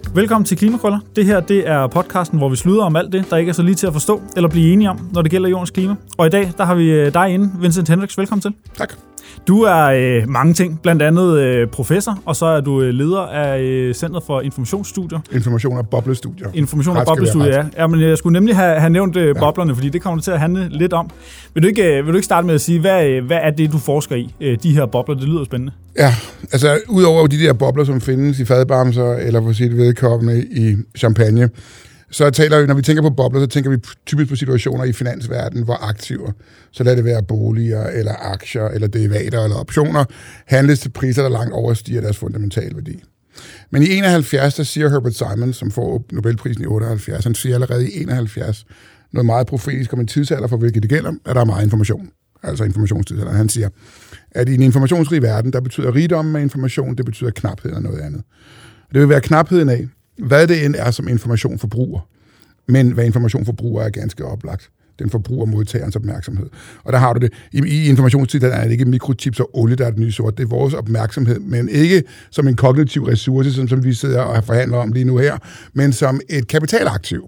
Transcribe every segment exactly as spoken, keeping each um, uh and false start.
Velkommen til Klimakrøller. Det her det er podcasten, hvor vi sluder om alt det, der ikke er så lige til at forstå eller blive enige om, når det gælder jordens klima. Og i dag der har vi dig inde, Vincent Hendricks. Velkommen til. Tak. Du er øh, mange ting, blandt andet øh, professor, og så er du øh, leder af øh, Center for Informationsstudier. Information og boblestudier. Information og boblestudier, ja. ja. Men jeg skulle nemlig have, have nævnt øh, ja. boblerne, fordi det kommer det til at handle lidt om. Vil du ikke, øh, vil du ikke starte med at sige, hvad, hvad er det, du forsker i, øh, de her bobler? Det lyder spændende. Ja, altså udover de der bobler, som findes i fadbamser eller på sit vedkommende i champagne, så taler vi, når vi tænker på bobler, så tænker vi typisk på situationer i finansverdenen, hvor aktiver, så lad det være boliger, eller aktier, eller derivater, eller optioner, handles til priser, der langt overstiger deres fundamentale værdi. Men i enoghalvfjerds, der siger Herbert Simon, som får Nobelprisen i otteoghalvfjerds, han siger allerede i enoghalvfjerds noget meget profetisk om en tidsalder, for hvilket det gælder, at der er meget information. Altså informationstidsalder. Han siger, at i en informationsrig verden, der betyder rigdommen af information, det betyder knaphed eller noget andet. Det vil være knapheden af, hvad det end er som information forbruger. Men hvad information forbruger er ganske oplagt. Den forbruger modtagerens opmærksomhed. Og der har du det. I, i informationstiden er det ikke mikrochips og olie, der er det nye sort. Det er vores opmærksomhed, men ikke som en kognitiv ressource, som, som vi sidder og forhandler om lige nu her, men som et kapitalaktiv.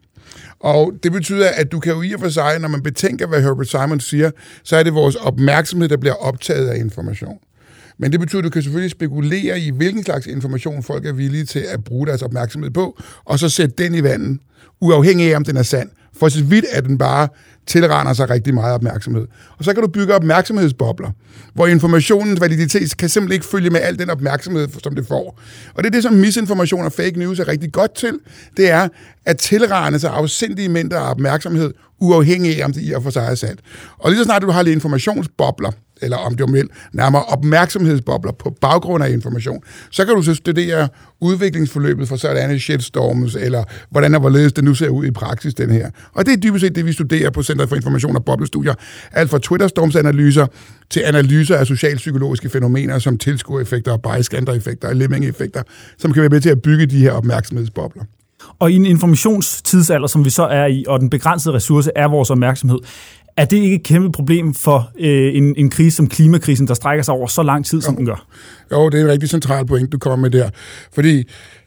Og det betyder, at du kan jo i og for sig, når man betænker, hvad Herbert Simon siger, så er det vores opmærksomhed, der bliver optaget af information. Men det betyder, at du kan selvfølgelig spekulere i, hvilken slags information folk er villige til at bruge deres opmærksomhed på, og så sætte den i vandet, uafhængig af, om den er sand. For så vidt, at den bare tilrander sig rigtig meget opmærksomhed. Og så kan du bygge opmærksomhedsbobler, hvor informationens validitet kan simpelthen ikke følge med al den opmærksomhed, som det får. Og det er det, som misinformation og fake news er rigtig godt til. Det er at tilrane sig afsindige mængder af opmærksomhed, uafhængig af, om det i og for sig er sandt. Og lige så snart du har lidt informationsbobler, eller om du vil nærmere opmærksomhedsbobler på baggrund af information, så kan du så studere udviklingsforløbet for sådanne shitstorms, eller hvordan og hvorledes det nu ser ud i praksis, den her. Og det er dybest set det, vi studerer på Center for Information og Boblestudier. Alt fra Twitter-stormsanalyser til analyser af socialpsykologiske fænomener, som tilskuereffekter og bystander-effekter og lemming-effekter, som kan være med til at bygge de her opmærksomhedsbobler. Og i en informationstidsalder, som vi så er i, og den begrænsede ressource er vores opmærksomhed, er det ikke et kæmpe problem for øh, en, en krise som klimakrisen, der strækker sig over så lang tid, som jo. den gør? Jo, det er en rigtig central point, du kommer med der. Fordi,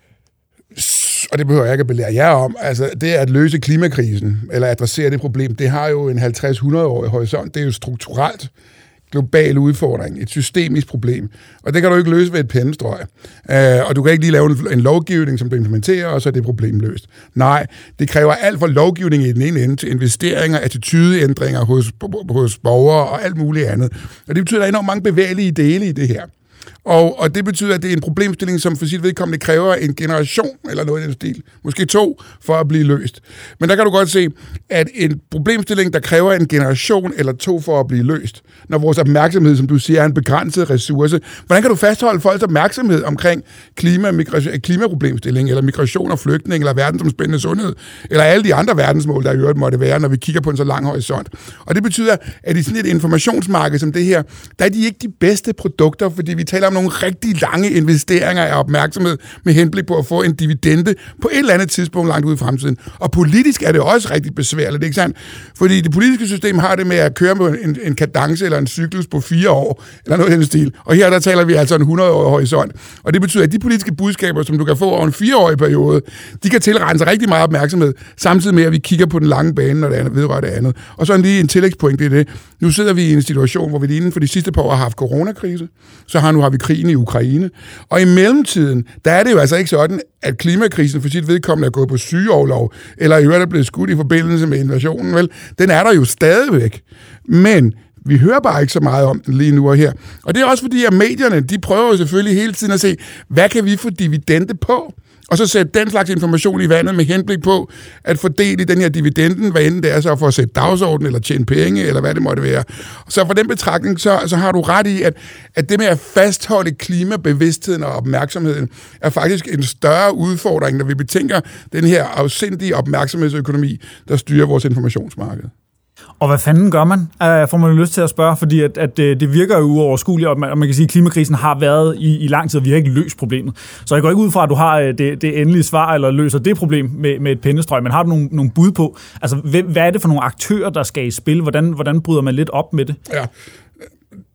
og det behøver jeg ikke at belære jer om, altså det at løse klimakrisen, eller adressere det problem, det har jo en halvtreds til hundrede år i horisont. Det er jo strukturelt global udfordring, et systemisk problem, og det kan du ikke løse ved et pennestrøg. Uh, og du kan ikke lige lave en, en lovgivning, som du implementerer, og så er det problem løst. Nej, det kræver alt fra lovgivning i den ene ende til investeringer, attitydeændringer hos, hos borgere og alt muligt andet. Og det betyder, at der er enormt mange bevægelige dele i det her. Og, og det betyder, at det er en problemstilling, som for sit vedkommende kræver en generation, eller noget i den stil, måske to, for at blive løst. Men der kan du godt se, at en problemstilling, der kræver en generation eller to for at blive løst, når vores opmærksomhed, som du siger, er en begrænset ressource, hvordan kan du fastholde folks opmærksomhed omkring klima, migra- klimaproblemstilling, eller migration og flygtning, eller verdensomspændende sundhed, eller alle de andre verdensmål, der i øvrigt måtte være, når vi kigger på en så lang horisont. Og det betyder, at i sådan et informationsmarked som det her, der er de ikke de bedste produkter, fordi vi taler om nogle rigtig lange investeringer af opmærksomhed med henblik på at få en dividende på et eller andet tidspunkt langt ude i fremtiden. Og politisk er det også rigtig besværligt, ikke sandt? Fordi det politiske system har det med at køre med en, en kadence eller en cyklus på fire år, eller noget i den stil. Og her der taler vi altså en hundrede-årig horisont. Og det betyder, at de politiske budskaber, som du kan få over en fireårig periode, de kan tilrende sig rigtig meget opmærksomhed, samtidig med, at vi kigger på den lange bane, når det andet vedrører det andet. Og så lige en tillægspoint i det. Nu sidder vi i en situation, hvor vi inden for de sidste par år har haft coronakrise, så har nu har vi krigen i Ukraine. Og i mellemtiden, der er det jo altså ikke sådan, at klimakrisen for sit vedkommende er gået på sygeoverlov, eller i øvrigt er blevet skudt i forbindelse med invasionen, vel? Den er der jo stadigvæk. Men vi hører bare ikke så meget om den lige nu og her. Og det er også fordi, at medierne, de prøver jo selvfølgelig hele tiden at se, hvad kan vi få dividende på? Og så sætte den slags information i vandet med henblik på at fordele den her dividenden, hvad enten det er så for at sætte dagsorden eller tjene penge, eller hvad det måtte være. Så for den betragtning, så, så har du ret i, at, at det med at fastholde klimabevidstheden og opmærksomheden er faktisk en større udfordring, når vi betænker den her afsindige opmærksomhedsøkonomi, der styrer vores informationsmarked. Og hvad fanden gør man? Uh, får man jo lyst til at spørge, fordi at, at det virker jo uoverskueligt, og man, og man kan sige, at klimakrisen har været i, i lang tid, og vi har ikke løst problemet. Så jeg går ikke ud fra, at du har det, det endelige svar, eller løser det problem med, med et pennestrøg, men har du nogle, nogle bud på, altså hvad, hvad er det for nogle aktører, der skal i spil? Hvordan, hvordan bryder man lidt op med det? Ja.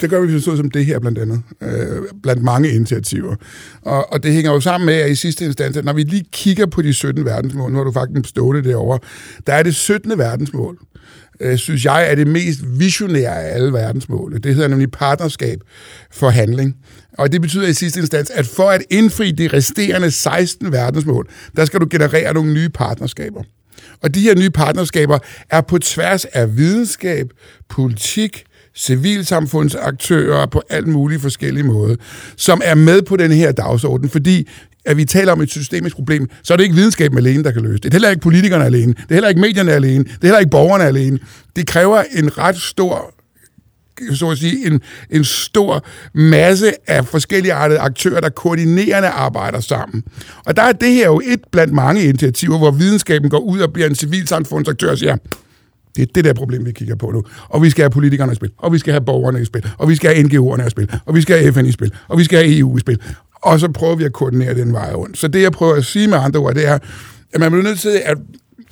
Det gør vi så som det her blandt andet, øh, blandt mange initiativer. Og, og det hænger jo sammen med, at i sidste instans, at når vi lige kigger på de sytten verdensmål, nu har du faktisk stået derovre, der er det syttende verdensmål, øh, synes jeg, er det mest visionære af alle verdensmål. Det hedder nemlig partnerskab for handling. Og det betyder i sidste instans, at for at indfri de resterende seksten verdensmål, der skal du generere nogle nye partnerskaber. Og de her nye partnerskaber er på tværs af videnskab, politik, civilsamfundsaktører på alt muligt forskellige måder, som er med på den her dagsorden, fordi at vi taler om et systemisk problem, så er det ikke videnskaben alene, der kan løse det. Det er heller ikke politikerne alene, det er heller ikke medierne alene, det er heller ikke borgerne alene. Det kræver en ret stor, så at sige, en, en stor masse af forskellige artede aktører, der koordinerende arbejder sammen. Og der er det her jo et blandt mange initiativer, hvor videnskaben går ud og bliver en civilsamfundsaktør og siger, det er det der problem, vi kigger på nu. Og vi skal have politikerne i spil, og vi skal have borgerne i spil, og vi skal have N G O'erne i spil, og vi skal have F N i spil, og vi skal have E U i spil. Og så prøver vi at koordinere den vej rundt. Så det, jeg prøver at sige med andre ord, det er, at man bliver nødt til at,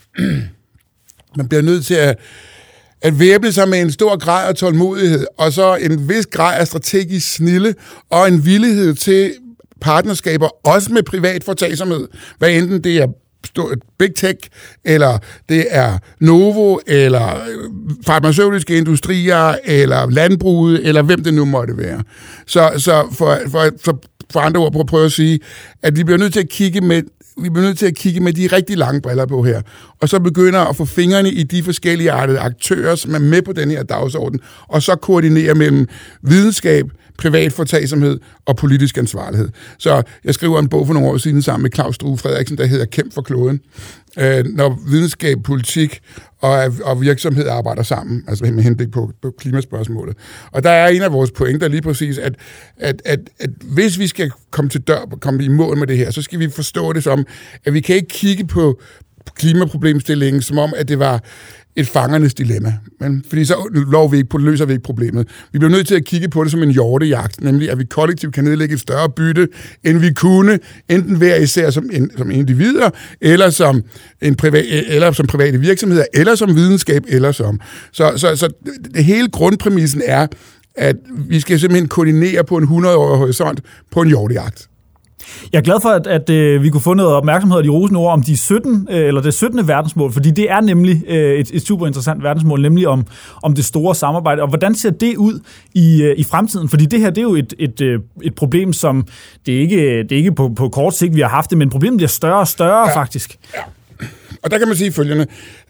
man bliver nødt til at, at væbne sig med en stor grad af tålmodighed, og så en vis grad af strategisk snilde, og en villighed til partnerskaber, også med privat foretagsomhed, hvad enten det er Big Tech, eller det er Novo, eller farmaceutiske industrier, eller landbruget, eller hvem det nu måtte være. Så, så for, for, for, for andre ord, prøve at sige, at vi bliver nødt til at kigge med vi bliver nødt til at kigge med de rigtig lange briller på her, og så begynder at få fingrene i de forskellige artede aktører, som er med på den her dagsorden, og så koordinere mellem videnskab, privat foretagsomhed og politisk ansvarlighed. Så jeg skriver en bog for nogle år siden sammen med Claus Strue Frederiksen, der hedder Kæmp for kloden. Øh, når videnskab, politik og, og virksomhed arbejder sammen, altså med henblik på, på klimaspørgsmålet. Og der er en af vores pointer lige præcis, at, at, at, at hvis vi skal komme til dør, komme i mål med det her, så skal vi forstå det som, at vi kan ikke kigge på klimaproblemstillingen, som om, at det var et fangernes dilemma. Men, fordi så lov vi ikke, løser vi ikke problemet. Vi bliver nødt til at kigge på det som en hjortejagt, nemlig at vi kollektivt kan nedlægge et større bytte, end vi kunne, enten hver især som, en, som individer, eller som, en privat, eller som private virksomheder, eller som videnskab, eller som. Så, så, så det hele grundpræmissen er, at vi skal simpelthen koordinere på en hundrede-årig horisont på en hjortejagt. Jeg er glad for, at, at, at vi kunne få noget opmærksomhed af de rosende ord om de sytten, eller det syttende verdensmål, fordi det er nemlig et, et super interessant verdensmål, nemlig om, om det store samarbejde. Og hvordan ser det ud i, i fremtiden? Fordi det her, det er jo et, et, et problem, som det er ikke, det er ikke på, på kort sigt, vi har haft det, men problemet bliver større og større ja, faktisk. Ja. Og der kan man sige følgende.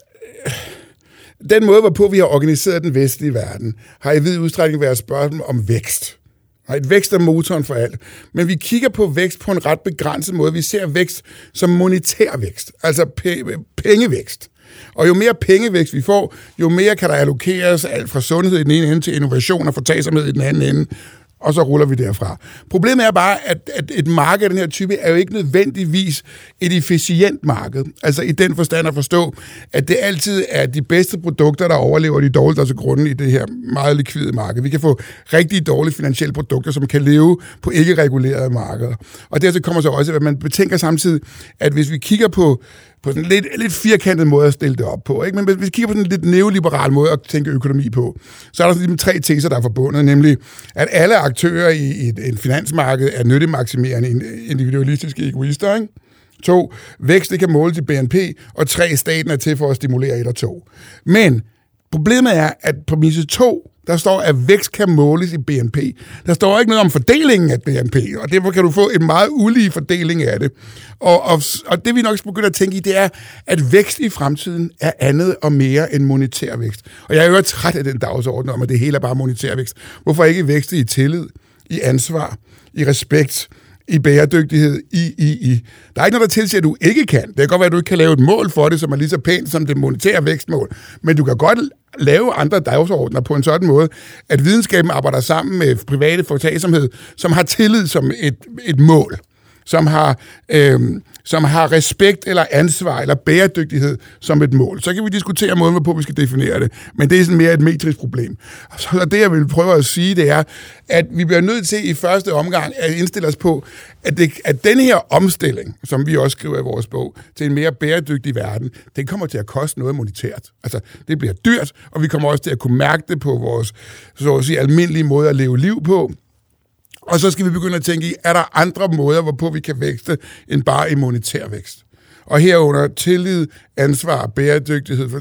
Den måde, hvorpå vi har organiseret den vestlige verden, har i vid udstrækning været et spørgsmål om vækst. Et vækst er motoren for alt. Men vi kigger på vækst på en ret begrænset måde. Vi ser vækst som monetær vækst, altså p- pengevækst. Og jo mere pengevækst vi får, jo mere kan der allokeres alt fra sundhed i den ene ende til innovation og fortagsomhed i den anden ende. Og så ruller vi derfra. Problemet er bare, at, at et marked af den her type er jo ikke nødvendigvis et efficient marked. Altså i den forstand at forstå, at det altid er de bedste produkter, der overlever de dårligste grunde i det her meget likvide marked. Vi kan få rigtig dårlige finansielle produkter, som kan leve på ikke-regulerede markeder. Og dertil kommer så også, at man betænker samtidig, at hvis vi kigger på på sådan en lidt, lidt firkantet måde at stille det op på. Ikke? Men hvis vi kigger på sådan en lidt neoliberal måde at tænke økonomi på, så er der sådan tre teser, der er forbundet, nemlig at alle aktører i, i et, et finansmarked er nyttemaksimerende individualistiske egoister. Ikke? To, vækst det kan måles i B N P, og tre, staten er til for at stimulere et og to. Men problemet er, at præmisse to, der står, at vækst kan måles i B N P. Der står ikke noget om fordelingen af B N P, og derfor kan du få en meget ulige fordeling af det. Og, og, og det vi nok skal begynde at tænke i, det er, at vækst i fremtiden er andet og mere end monetær vækst. Og jeg er jo træt af den dagsorden om, at det hele er bare monetær vækst. Hvorfor ikke vækste i tillid, i ansvar, i respekt, i bæredygtighed, i, i, i. Der er ikke noget, der tilsiger, at du ikke kan. Det kan godt være, at du ikke kan lave et mål for det, som er lige så pænt som det monetære vækstmål. Men du kan godt lave andre dagsordner på en sådan måde, at videnskaben arbejder sammen med private foretagsomhed, som har tillid som et, et mål, som har, øh, som har respekt eller ansvar eller bæredygtighed som et mål. Så kan vi diskutere måden, hvorpå vi skal definere det, men det er sådan mere et metrisk problem. Så det, jeg vil prøve at sige, det er, at vi bliver nødt til i første omgang at indstille os på, at, det, at den her omstilling, som vi også skriver i vores bog, til en mere bæredygtig verden, den kommer til at koste noget monetært. Altså, det bliver dyrt, og vi kommer også til at kunne mærke det på vores, så at sige, almindelige måde at leve liv på. Og så skal vi begynde at tænke i, er der andre måder, hvorpå vi kan vækste, end bare i monetær vækst? Og herunder tillid, ansvar, bæredygtighed.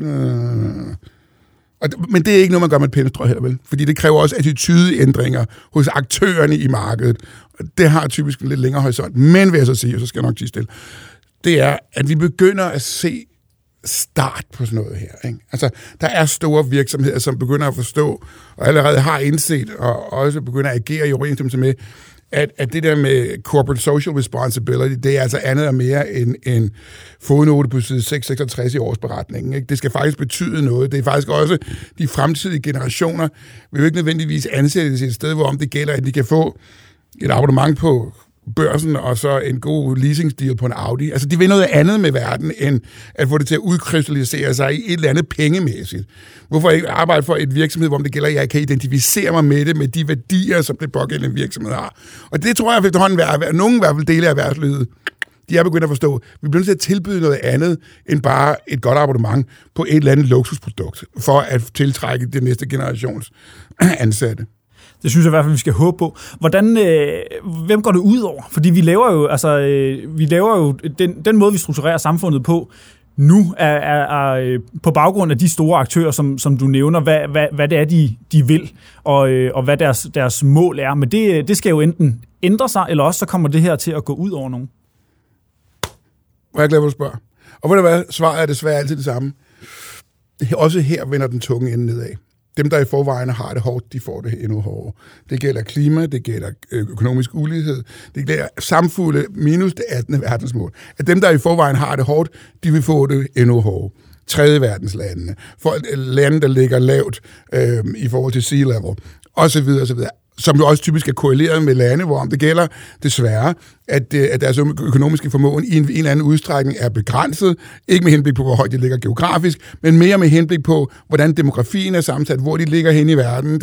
Men det er ikke noget, man gør med et pennestrøg her, vel? Fordi det kræver også attitudeændringer hos aktørerne i markedet. Det har typisk en lidt længere horisont. Men vil jeg så sige, og så skal jeg nok tige stille, det er, at vi begynder at se start på sådan noget her. Ikke? Altså, der er store virksomheder, som begynder at forstå, og allerede har indset, og også begynder at agere i overensstemmelse med, at, at det der med corporate social responsibility, det er altså andet og mere end en fodnote på side seks seksogtres i årsberetningen. Ikke? Det skal faktisk betyde noget. Det er faktisk også de fremtidige generationer, vil jo ikke nødvendigvis ansættes et sted, hvor om det gælder, at de kan få et abonnement på børsen, og så en god leasingsdeal på en Audi. Altså, de vil noget andet med verden, end at få det til at udkrystallisere sig i et eller andet pengemæssigt. Hvorfor ikke arbejde for et virksomhed, hvor det gælder, at jeg kan identificere mig med det, med de værdier, som det pågældende virksomhed har. Og det tror jeg, at efterhånden, at nogen i hvert fald dele af erhvervslivet, de er begyndt at forstå, at vi bliver nødt til at tilbyde noget andet, end bare et godt abonnement på et eller andet luksusprodukt, for at tiltrække det næste generations ansatte. Det synes jeg i hvert fald, vi skal håbe på. Hvordan, øh, hvem går det ud over? Fordi vi laver jo, altså, øh, vi laver jo den, den måde, vi strukturerer samfundet på, nu er, er, er på baggrund af de store aktører, som, som du nævner, hvad, hvad, hvad det er, de, de vil, og, øh, og hvad deres, deres mål er. Men det, det skal jo enten ændre sig, eller også så kommer det her til at gå ud over nogen. Hvor jeg glad, hvor du spørger. Og ved du hvad, svaret er desværre altid det samme. Også her vender den tunge ende nedad. Dem, der i forvejen har det hårdt, de får det endnu hårdere. Det gælder klima, det gælder økonomisk ulighed, det gælder samfundet minus det attende verdensmål. At dem, der i forvejen har det hårdt, de vil få det endnu hårdere. Tredje verdenslandene, for lande, der ligger lavt øh, i forhold til sea level, osv. osv., som jo også typisk er korreleret med lande, hvor det gælder desværre, at, at deres økonomiske formåen i en, en eller anden udstrækning er begrænset, ikke med henblik på, hvor højt de ligger geografisk, men mere med henblik på, hvordan demografien er sammensat, hvor de ligger hen i verden.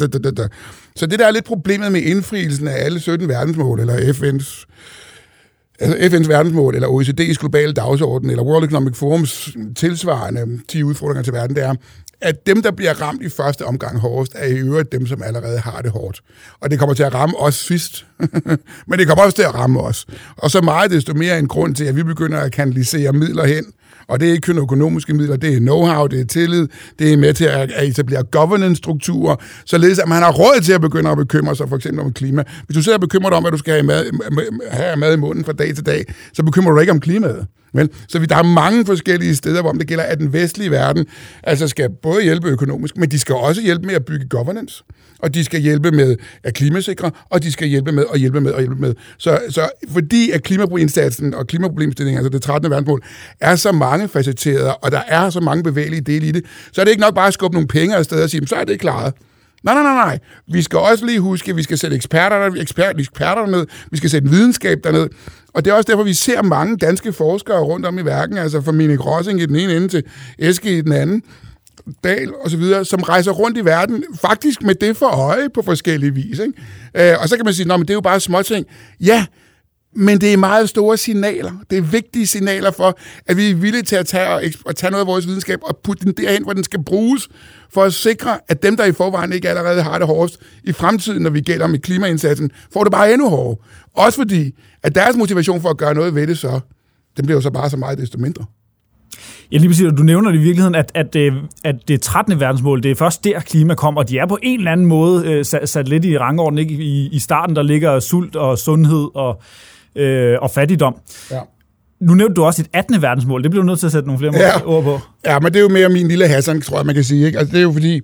Så det der er lidt problemet med indfrielsen af alle sytten verdensmål, eller F N's Altså F N's verdensmål, eller O E C D's globale dagsorden, eller World Economic Forums tilsvarende ti udfordringer til verden, det er, at dem, der bliver ramt i første omgang hårdest, er i øvrigt dem, som allerede har det hårdt. Og det kommer til at ramme os sidst, men det kommer også til at ramme os. Og så meget desto mere en grund til, at vi begynder at kanalisere midler hen, og det er ikke kun økonomiske midler, det er know-how, det er tillid, det er med til at etablere governance-strukturer, således at man har råd til at begynde at bekymre sig for eksempel om klima. Hvis du sidder og bekymrer dig om, at du skal have mad, have mad i munden fra dag til dag, så bekymrer du dig ikke om klimaet. Men, så vi, der er mange forskellige steder, hvor det gælder, at den vestlige verden altså skal både hjælpe økonomisk, men de skal også hjælpe med at bygge governance, og de skal hjælpe med at klimasikre, og de skal hjælpe med at hjælpe med at hjælpe med. Så, så fordi at klimaindsatsen og klimaproblemstillingen, altså det trettende verdensmål, er så mange facetterede, og der er så mange bevægelige dele i det, så er det ikke nok bare at skubbe nogle penge afsted og sige, så er det klaret. Nej, nej, nej, nej. Vi skal også lige huske, at vi skal sætte eksperter, eksperter, eksperter ned, vi skal sætte videnskab derned, og det er også derfor, vi ser mange danske forskere rundt om i verden, altså fra Minik Rossing i den ene ende til Eske i den anden, Dahl og så videre, som rejser rundt i verden, faktisk med det for øje på forskellige vis. Ikke? Og så kan man sige, nå, men det er jo bare småting. Ja, men det er meget store signaler. Det er vigtige signaler for, at vi er villige til at tage, og tage noget af vores videnskab og putte den derhen, hvor den skal bruges, for at sikre, at dem, der i forvejen ikke allerede har det hårdest, i fremtiden, når vi gælder med klimaindsatsen, får det bare endnu hårdere. Også fordi, at deres motivation for at gøre noget ved det så, den bliver jo så bare så meget desto mindre. Ja, lige præcis, du nævner det i virkeligheden, at, at, at det trettende verdensmål, det er først der klima kommer, og de er på en eller anden måde sat, sat lidt i rangorden. Ikke? I, I starten, der ligger sult og sundhed og, øh, og fattigdom. Ja. Nu nævnte du også et attende verdensmål. Det bliver du nødt til at sætte nogle flere ja. ord på. Ja, men det er jo mere min lille Hassan, tror jeg, man kan sige. Ikke? Altså, det er jo fordi,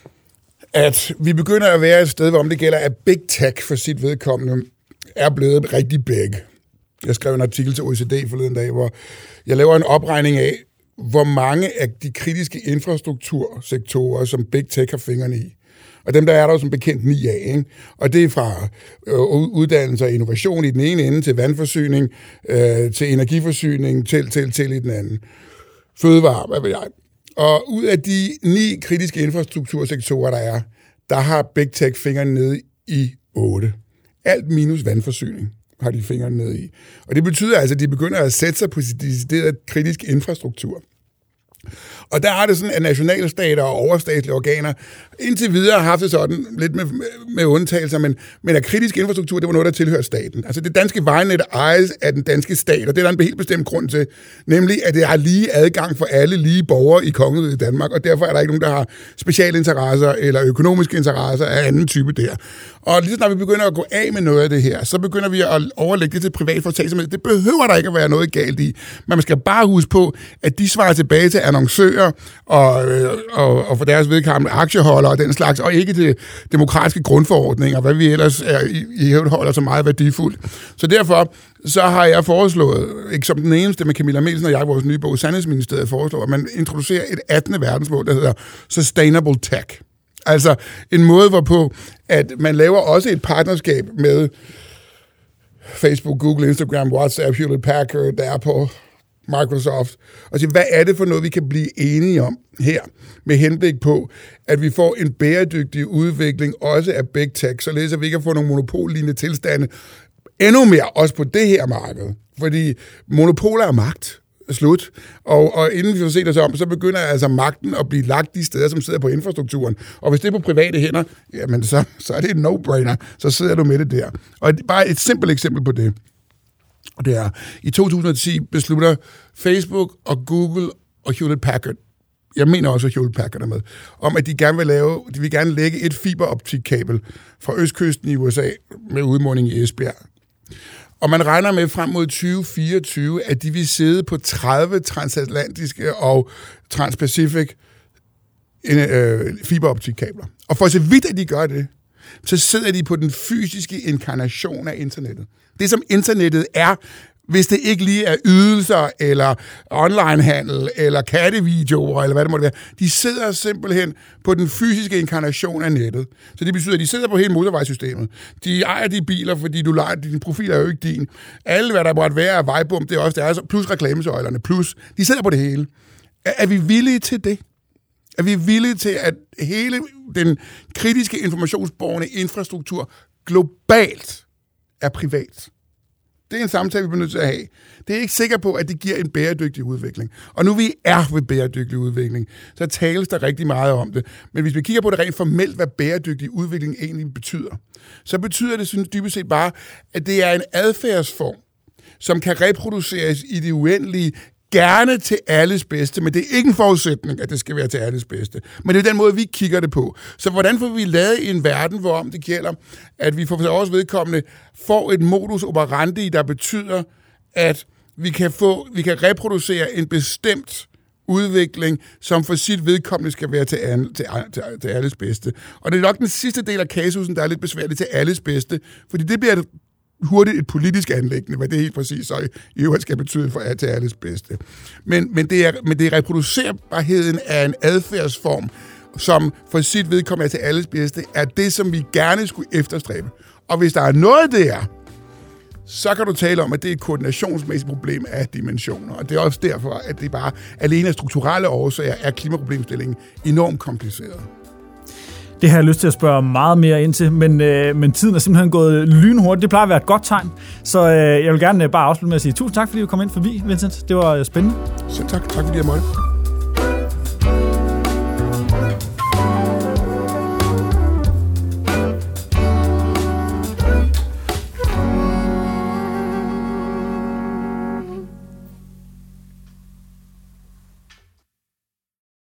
at vi begynder at være et sted, hvor det gælder, at Big Tech for sit vedkommende er blevet rigtig big. Jeg skrev en artikel til O E C D forleden dag, hvor jeg laver en opregning af, hvor mange af de kritiske infrastruktursektorer, som Big Tech har fingrene i. Og dem der er der jo som bekendt ni af, ikke? Og det er fra øh, uddannelse og innovation i den ene ende, til vandforsyning, øh, til energiforsyning, til, til, til i den anden. Fødevare, hvad ved jeg. Og ud af de ni kritiske infrastruktursektorer, der er, der har Big Tech fingrene nede i otte. Alt minus vandforsyning har de fingrene nede i. Og det betyder altså, at de begynder at sætte sig på decideret kritisk infrastruktur. Og der har det sådan, at nationalstater og overstatslige organer indtil videre har haft det sådan, lidt med, med undtagelser, men, men at kritisk infrastruktur, det var noget, der tilhører staten. Altså det danske vejnet ejes af den danske stat, og det er der en helt bestemt grund til, nemlig at det har lige adgang for alle lige borgere i kongeriget i Danmark, og derfor er der ikke nogen, der har specialinteresser eller økonomiske interesser af anden type der. Og lige når vi begynder at gå af med noget af det her, så begynder vi at overlægge det til privat foretagsomhed. Det behøver der ikke at være noget galt i. Men man skal bare huske på, at de svarer tilbage til annoncører og, og, og for deres vedkommende aktieholdere og den slags, og ikke til demokratiske grundforordninger, hvad vi ellers er i, i holder så meget værdifuldt. Så derfor så har jeg foreslået, ikke som den eneste, men Camilla Melsen og jeg, vores nye bog, Sandhedsministeriet, foreslår, at man introducerer et attende verdensmål, der hedder Sustainable Tech. Altså en måde, hvorpå at man laver også et partnerskab med Facebook, Google, Instagram, WhatsApp, Hewlett Packard, Apple, Microsoft, og sige, hvad er det for noget, vi kan blive enige om her, med henblik på, at vi får en bæredygtig udvikling også af Big Tech, således at vi kan få nogle monopollignende tilstande endnu mere også på det her marked. Fordi monopoler er magt. Slut. Og, og inden vi får set os om, så begynder altså magten at blive lagt de steder, som sidder på infrastrukturen. Og hvis det er på private hænder, jamen så, så er det en no-brainer. Så sidder du med det der. Og bare et simpelt eksempel på det. Og det er, i to tusind og ti beslutter Facebook og Google og Hewlett Packard, jeg mener også, at Hewlett Packard er med, om at de gerne vil lave, de vil gerne lægge et fiberoptikkabel fra østkysten i U S A med udmunding i Esbjerg. Og man regner med frem mod tyve fireogtyve, at de vil sidde på tredive transatlantiske og transpacific øh, fiberoptikkabler. Og for så vidt, at de gør det, så sidder de på den fysiske inkarnation af internettet. Det, som internettet er, hvis det ikke lige er ydelser, eller onlinehandel, eller kattevideoer, eller hvad det måtte være. De sidder simpelthen på den fysiske inkarnation af nettet. Så det betyder, at de sidder på hele motorvejssystemet. De ejer de biler, fordi du leger, din profil er jo ikke din. Alle, hvad der måtte være af vejbum, det er også deres, plus reklamesøjlerne, plus. De sidder på det hele. Er, er vi villige til det? Er vi villige til, at hele den kritiske informationsborgende infrastruktur globalt er privat? Det er en samtale, vi bliver nødt til at have. Det er ikke sikker på, at det giver en bæredygtig udvikling. Og nu vi er ved bæredygtig udvikling, så tales der rigtig meget om det. Men hvis vi kigger på det rent formelt, hvad bæredygtig udvikling egentlig betyder, så betyder det synes dybest set bare, at det er en adfærdsform, som kan reproduceres i det uendelige, gerne til alles bedste, men det er ikke en forudsætning, at det skal være til alles bedste. Men det er den måde, vi kigger det på. Så hvordan får vi lavet en verden, hvorom det gælder, at vi for vores vedkommende får et modus operandi, der betyder, at vi kan, få, vi kan reproducere en bestemt udvikling, som for sit vedkommende skal være til, an, til, til, til alles bedste. Og det er nok den sidste del af kasusen, der er lidt besværligt til alles bedste, fordi det bliver hurtigt et politisk anliggende, hvad det helt præcis så i øvrigt skal betyde for at til alles bedste. Men, men, det er, men det er reproducerbarheden af en adfærdsform, som for sit vedkommende er til alles bedste, er det, som vi gerne skulle efterstræbe. Og hvis der er noget der, så kan du tale om, at det er et koordinationsmæssigt problem af dimensioner. Og det er også derfor, at det bare alene af strukturelle årsager er klimaproblemstillingen enormt kompliceret. Det har jeg lyst til at spørge meget mere ind til, men, øh, men tiden er simpelthen gået lynhurtigt. Det plejer at være et godt tegn, så øh, jeg vil gerne bare afslutte med at sige tusind tak, fordi du kom ind forbi, Vincent. Det var spændende. Så tak. Tak fordi jeg måtte.